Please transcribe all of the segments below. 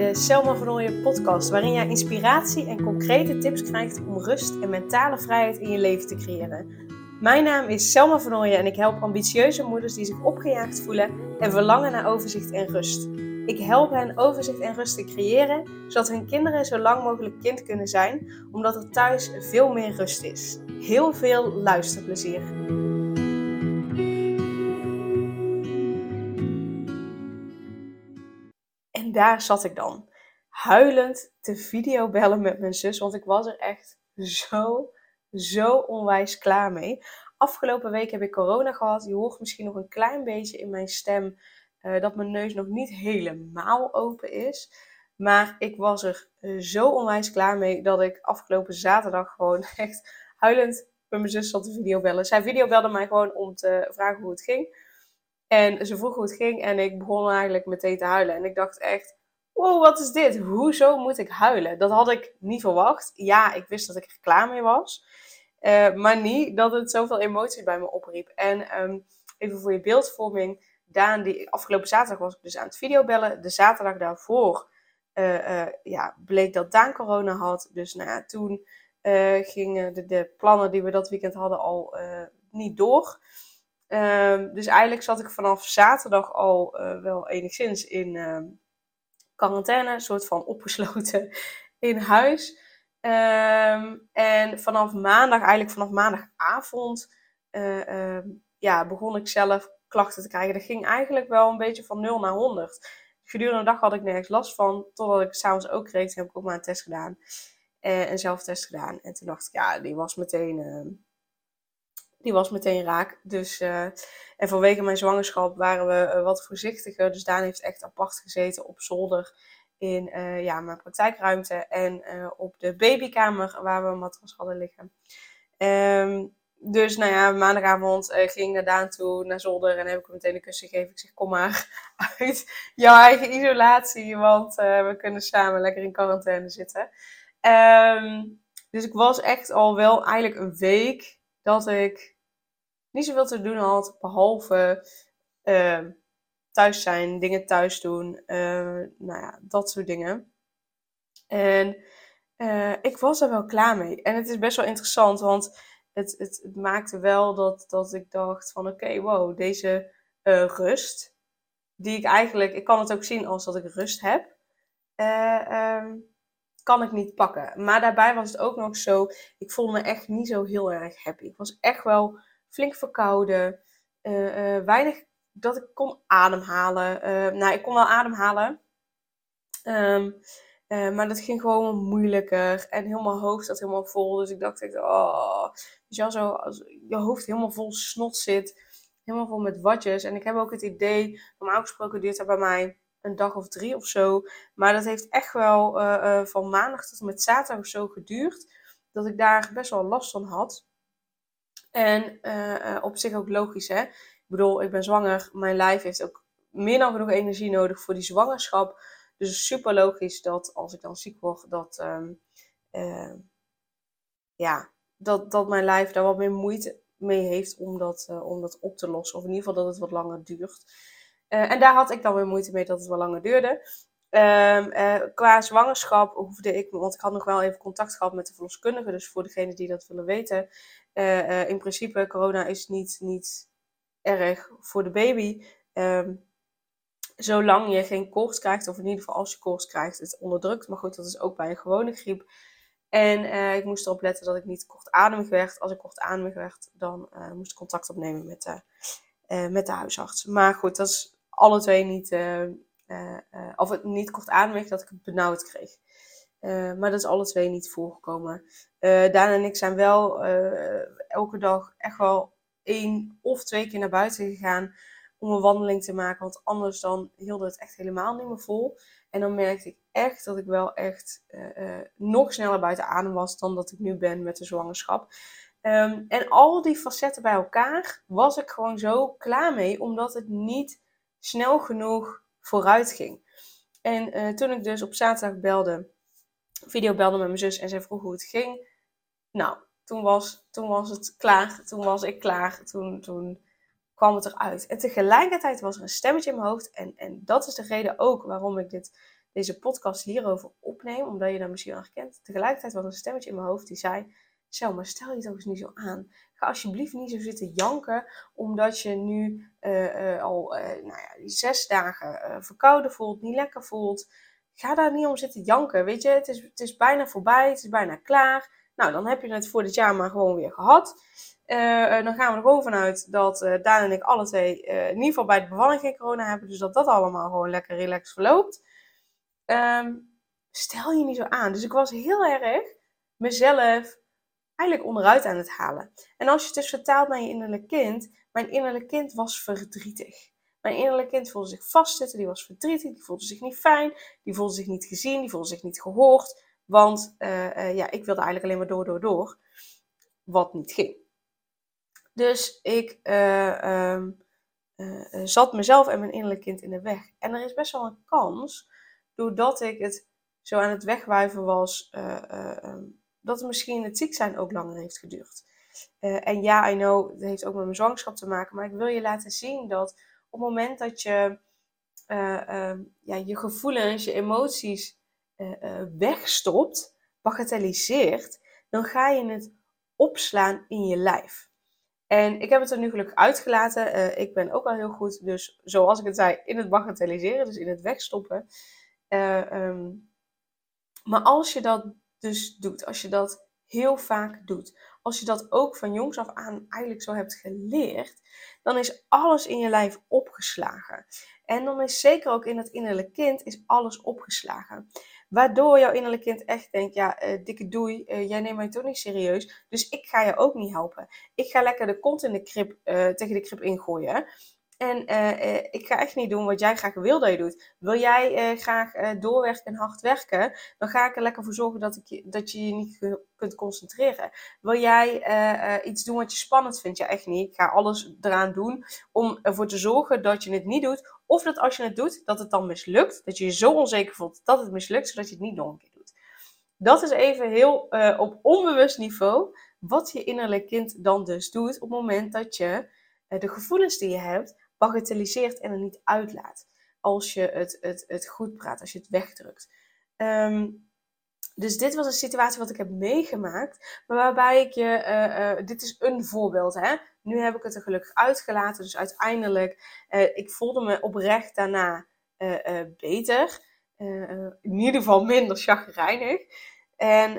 de Selma van Ooyen podcast, waarin jij inspiratie en concrete tips krijgt om rust en mentale vrijheid in je leven te creëren. Mijn naam is Selma van Ooyen en ik help ambitieuze moeders die zich opgejaagd voelen en verlangen naar overzicht en rust. Ik help hen overzicht en rust te creëren, zodat hun kinderen zo lang mogelijk kind kunnen zijn, omdat er thuis veel meer rust is. Heel veel luisterplezier! En daar zat ik dan, huilend te videobellen met mijn zus, want ik was er echt zo onwijs klaar mee. Afgelopen week heb ik corona gehad. Je hoort misschien nog een klein beetje in mijn stem dat mijn neus nog niet helemaal open is. Maar ik was er zo onwijs klaar mee dat ik afgelopen zaterdag gewoon echt huilend met mijn zus zat te videobellen. Zij videobelde mij gewoon om te vragen hoe het ging. En ze vroeg hoe het ging en ik begon eigenlijk meteen te huilen. En ik dacht echt, wow, wat is dit? Hoezo moet ik huilen? Dat had ik niet verwacht. Ja, ik wist dat ik er klaar mee was. Maar niet dat het zoveel emoties bij me opriep. En even voor je beeldvorming. Daan, afgelopen zaterdag was ik dus aan het videobellen. De zaterdag daarvoor bleek dat Daan corona had. Dus toen gingen de plannen die we dat weekend hadden al niet door. Dus eigenlijk zat ik vanaf zaterdag al wel enigszins in quarantaine, een soort van opgesloten in huis. En vanaf maandagavond begon ik zelf klachten te krijgen. Dat ging eigenlijk wel een beetje van 0 naar 100. Gedurende de dag had ik nergens last van, totdat ik 's avonds ook kreeg. Toen heb ik ook maar een test gedaan, een zelftest gedaan. En toen dacht ik, ja, die was meteen raak. Dus, en vanwege mijn zwangerschap waren we wat voorzichtiger. Dus Daan heeft echt apart gezeten op zolder in mijn praktijkruimte. En op de babykamer waar we een matras hadden liggen. Dus maandagavond ging ik naar Daan toe, naar zolder. En heb ik hem meteen een kussen gegeven. Ik zeg, kom maar uit jouw eigen isolatie. Want we kunnen samen lekker in quarantaine zitten. Dus ik was echt al wel eigenlijk een week dat ik niet zoveel te doen had, behalve thuis zijn, dingen thuis doen, dat soort dingen. En ik was er wel klaar mee. En het is best wel interessant, want het maakte wel dat ik dacht van oké, wow, deze rust, die ik kan het ook zien als dat ik rust heb, kan ik niet pakken. Maar daarbij was het ook nog zo, ik voelde me echt niet zo heel erg happy. Ik was echt wel flink verkouden. Weinig dat ik kon ademhalen. Ik kon wel ademhalen. Maar dat ging gewoon moeilijker. En heel mijn hoofd zat helemaal vol. Dus ik dacht echt, zo als je hoofd helemaal vol snot zit. Helemaal vol met watjes. En ik heb ook het idee, normaal gesproken duurt dat bij mij een dag of 3 of zo. Maar dat heeft echt wel van maandag tot en met zaterdag of zo geduurd. Dat ik daar best wel last van had. En op zich ook logisch, hè. Ik bedoel, ik ben zwanger. Mijn lijf heeft ook meer dan genoeg energie nodig voor die zwangerschap. Dus het is super logisch dat als ik dan ziek word, dat mijn lijf daar wat meer moeite mee heeft om dat op te lossen. Of in ieder geval dat het wat langer duurt. En daar had ik dan weer moeite mee dat het wat langer duurde. Qua zwangerschap hoefde ik, want ik had nog wel even contact gehad met de verloskundige. Dus voor degenen die dat willen weten. In principe, corona is niet erg voor de baby. Zolang je geen koorts krijgt, of in ieder geval als je koorts krijgt, het onderdrukt. Maar goed, dat is ook bij een gewone griep. En ik moest erop letten dat ik niet kortademig werd. Als ik kortademig werd, dan moest ik contact opnemen met de huisarts. Maar goed, dat is alle twee niet kortademig, dat ik het benauwd kreeg. Maar dat is alle twee niet voorgekomen. Daan en ik zijn wel elke dag echt wel 1 of 2 keer naar buiten gegaan om een wandeling te maken. Want anders dan hield het echt helemaal niet meer vol. En dan merkte ik echt dat ik wel echt nog sneller buiten adem was dan dat ik nu ben met de zwangerschap. En al die facetten bij elkaar was ik gewoon zo klaar mee, omdat het niet snel genoeg vooruit ging. En toen ik dus op zaterdag videobelde met mijn zus en zij vroeg hoe het ging. Nou, toen was het klaar. Toen was ik klaar. Toen kwam het eruit. En tegelijkertijd was er een stemmetje in mijn hoofd. En dat is de reden ook waarom ik dit deze podcast hierover opneem, omdat je dat misschien al herkent. Tegelijkertijd was een stemmetje in mijn hoofd die zei, Selma, stel je toch eens niet zo aan. Ga alsjeblieft niet zo zitten janken, omdat je nu die 6 dagen verkouden voelt, niet lekker voelt. Ga daar niet om zitten janken, weet je. Het is bijna voorbij, het is bijna klaar. Nou, dan heb je het voor dit jaar maar gewoon weer gehad. Dan gaan we er gewoon vanuit dat Daan en ik alle twee in ieder geval bij de bevalling geen corona hebben. Dus dat allemaal gewoon lekker relaxed verloopt. Stel je niet zo aan. Dus ik was heel erg mezelf eigenlijk onderuit aan het halen. En als je het dus vertaalt naar je innerlijk kind. Mijn innerlijk kind was verdrietig. Mijn innerlijk kind voelde zich vastzitten. Die was verdrietig. Die voelde zich niet fijn. Die voelde zich niet gezien. Die voelde zich niet gehoord. Want ik wilde eigenlijk alleen maar door. Wat niet ging. Dus ik zat mezelf en mijn innerlijk kind in de weg. En er is best wel een kans, doordat ik het zo aan het wegwuiven was, dat het misschien het ziek zijn ook langer heeft geduurd. En ja, I know, het heeft ook met mijn zwangerschap te maken. Maar ik wil je laten zien dat op het moment dat je je gevoelens, je emoties wegstopt, bagatelliseert, dan ga je het opslaan in je lijf. En ik heb het er nu gelukkig uitgelaten. Ik ben ook wel heel goed, dus zoals ik het zei, in het bagatelliseren, dus in het wegstoppen. Maar als je dat dus doet, als je dat heel vaak doet, als je dat ook van jongs af aan eigenlijk zo hebt geleerd, dan is alles in je lijf opgeslagen. En dan is zeker ook in het innerlijk kind is alles opgeslagen. Waardoor jouw innerlijk kind echt denkt, dikke doei, jij neemt mij toch niet serieus, dus ik ga je ook niet helpen. Ik ga lekker de kont in de krib, tegen de krib ingooien. En ik ga echt niet doen wat jij graag wil dat je doet. Wil jij graag doorwerken en hard werken, dan ga ik er lekker voor zorgen dat je je niet kunt concentreren. Wil jij iets doen wat je spannend vindt? Ja, echt niet. Ik ga alles eraan doen om ervoor te zorgen dat je het niet doet. Of dat als je het doet, dat het dan mislukt. Dat je je zo onzeker voelt dat het mislukt, zodat je het niet nog een keer doet. Dat is even heel op onbewust niveau wat je innerlijk kind dan dus doet op het moment dat je de gevoelens die je hebt bagatelliseert en er niet uitlaat. Als je het goed praat, als je het wegdrukt. Dus dit was een situatie wat ik heb meegemaakt, maar waarbij ik je, dit is een voorbeeld, hè. Nu heb ik het er gelukkig uitgelaten, dus uiteindelijk, ik voelde me oprecht daarna beter. In ieder geval minder chagrijnig. En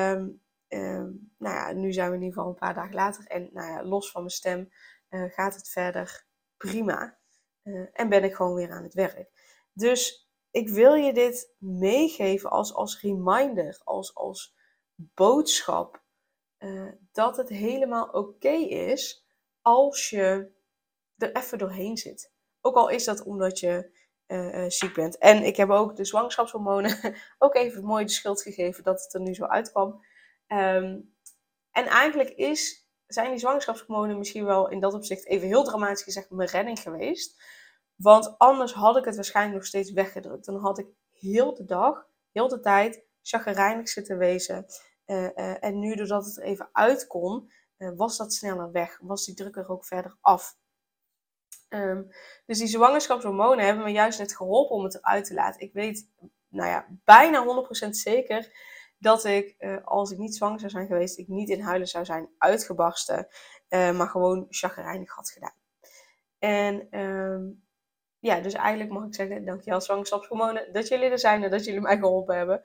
nu zijn we in ieder geval een paar dagen later en los van mijn stem gaat het verder prima. En ben ik gewoon weer aan het werk. Dus ik wil je dit meegeven als reminder, als boodschap. Dat het helemaal oké is als je er even doorheen zit. Ook al is dat omdat je ziek bent. En ik heb ook de zwangerschapshormonen ook even mooi de schuld gegeven dat het er nu zo uitkwam. En eigenlijk zijn die zwangerschapshormonen misschien wel in dat opzicht even heel dramatisch gezegd mijn redding geweest. Want anders had ik het waarschijnlijk nog steeds weggedrukt. Dan had ik heel de dag, heel de tijd chagrijnig zitten wezen. En nu doordat het er even uit kon, was dat sneller weg. Was die druk er ook verder af. Dus die zwangerschapshormonen hebben me juist net geholpen om het eruit te laten. Ik weet bijna 100% zeker dat ik, als ik niet zwanger zou zijn geweest, ik niet in huilen zou zijn uitgebarsten. Maar gewoon chagrijnig had gedaan. En dus eigenlijk mag ik zeggen, dankjewel zwangerschapshormonen, dat jullie er zijn en dat jullie mij geholpen hebben.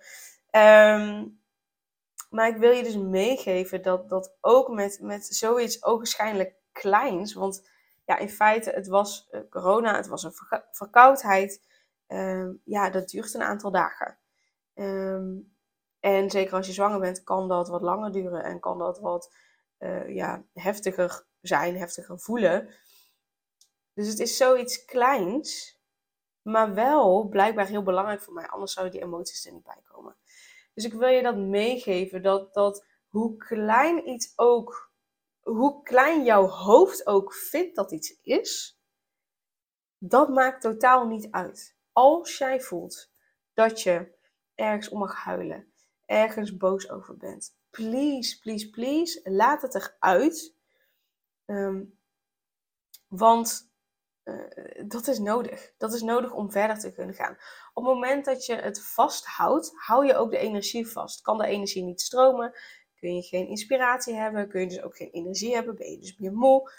Maar ik wil je dus meegeven dat ook met zoiets ogenschijnlijk kleins, want in feite, het was corona, het was een verkoudheid. Dat duurt een aantal dagen. En zeker als je zwanger bent, kan dat wat langer duren en kan dat wat heftiger zijn, heftiger voelen. Dus het is zoiets kleins, maar wel blijkbaar heel belangrijk voor mij. Anders zouden die emoties er niet bij komen. Dus ik wil je dat meegeven, dat hoe klein iets ook, hoe klein jouw hoofd ook vindt dat iets is, dat maakt totaal niet uit. Als jij voelt dat je ergens om mag huilen, ergens boos over bent, please, please, please, laat het eruit. Want dat is nodig. Dat is nodig om verder te kunnen gaan. Op het moment dat je het vasthoudt, hou je ook de energie vast. Kan de energie niet stromen, kun je geen inspiratie hebben, kun je dus ook geen energie hebben, ben je dus meer moe,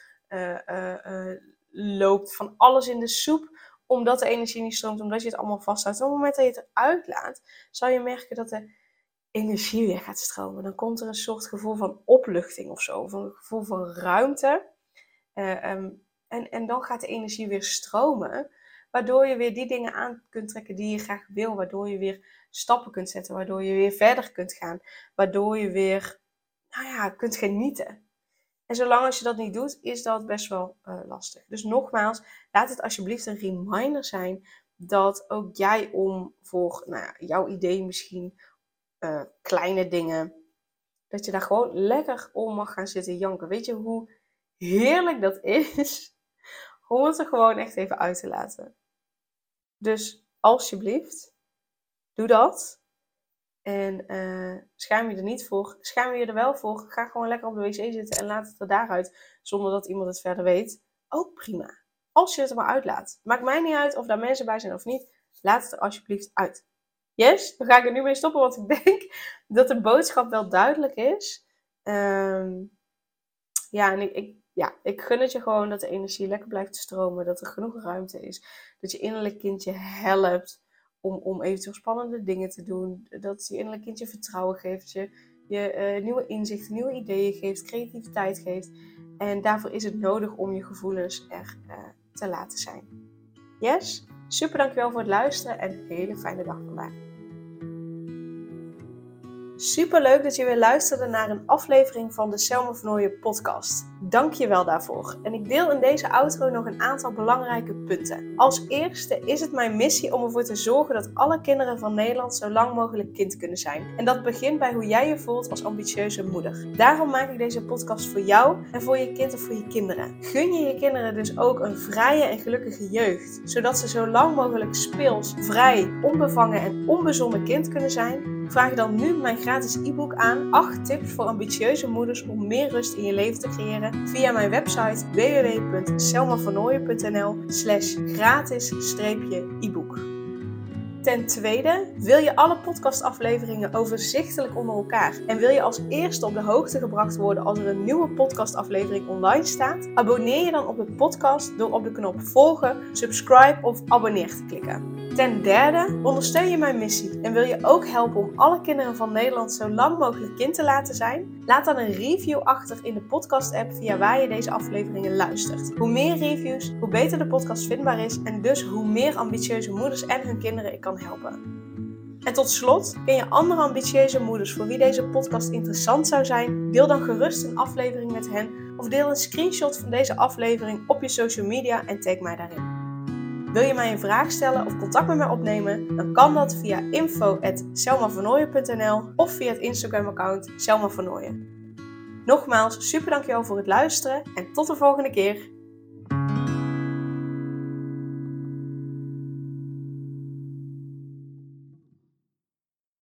loopt van alles in de soep, omdat de energie niet stroomt, omdat je het allemaal vasthoudt. Op het moment dat je het eruit laat, zal je merken dat de energie weer gaat stromen. Dan komt er een soort gevoel van opluchting of zo, of een gevoel van ruimte. En dan gaat de energie weer stromen, waardoor je weer die dingen aan kunt trekken die je graag wil, waardoor je weer stappen kunt zetten, waardoor je weer verder kunt gaan, waardoor je weer, kunt genieten. En zolang als je dat niet doet, is dat best wel lastig. Dus nogmaals, laat het alsjeblieft een reminder zijn dat ook jij voor jouw idee misschien kleine dingen, dat je daar gewoon lekker om mag gaan zitten janken. Weet je hoe heerlijk dat is? Om het er gewoon echt even uit te laten. Dus alsjeblieft, doe dat. En schaam je er niet voor. Schaam je er wel voor. Ga gewoon lekker op de wc zitten en laat het er daaruit. Zonder dat iemand het verder weet. Ook prima. Als je het er maar uitlaat. Maakt mij niet uit of daar mensen bij zijn of niet. Laat het er alsjeblieft uit. Yes? Dan ga ik er nu mee stoppen. Want ik denk dat de boodschap wel duidelijk is. Ik gun het je gewoon dat de energie lekker blijft stromen. Dat er genoeg ruimte is. Dat je innerlijk kindje helpt om eventueel spannende dingen te doen. Dat je innerlijk kindje vertrouwen geeft. Je nieuwe inzichten, nieuwe ideeën geeft. Creativiteit geeft. En daarvoor is het nodig om je gevoelens er te laten zijn. Yes? Super dankjewel voor het luisteren. En een hele fijne dag vandaag. Super leuk dat je weer luisterde naar een aflevering van de Selma van Nooijen podcast. Dank je wel daarvoor. En ik deel in deze outro nog een aantal belangrijke punten. Als eerste is het mijn missie om ervoor te zorgen dat alle kinderen van Nederland zo lang mogelijk kind kunnen zijn. En dat begint bij hoe jij je voelt als ambitieuze moeder. Daarom maak ik deze podcast voor jou en voor je kind of voor je kinderen. Gun je je kinderen dus ook een vrije en gelukkige jeugd. Zodat ze zo lang mogelijk speels, vrij, onbevangen en onbezonnen kind kunnen zijn. Vraag dan nu mijn gratis e-book aan 8 tips voor ambitieuze moeders om meer rust in je leven te creëren via mijn website www.selmavernooijen.nl/gratis-e-book. Ten tweede, wil je alle podcastafleveringen overzichtelijk onder elkaar en wil je als eerste op de hoogte gebracht worden als er een nieuwe podcastaflevering online staat? Abonneer je dan op de podcast door op de knop volgen, subscribe of abonneer te klikken. Ten derde, ondersteun je mijn missie en wil je ook helpen om alle kinderen van Nederland zo lang mogelijk kind te laten zijn? Laat dan een review achter in de podcast-app via waar je deze afleveringen luistert. Hoe meer reviews, hoe beter de podcast vindbaar is en dus hoe meer ambitieuze moeders en hun kinderen ik kan helpen. En tot slot, ken je andere ambitieuze moeders voor wie deze podcast interessant zou zijn? Deel dan gerust een aflevering met hen of deel een screenshot van deze aflevering op je social media en tag mij daarin. Wil je mij een vraag stellen of contact met mij opnemen? Dan kan dat via info@selmavernooijen.nl of via het Instagram-account Selma van Nooijen. Nogmaals, super dankjewel voor het luisteren en tot de volgende keer.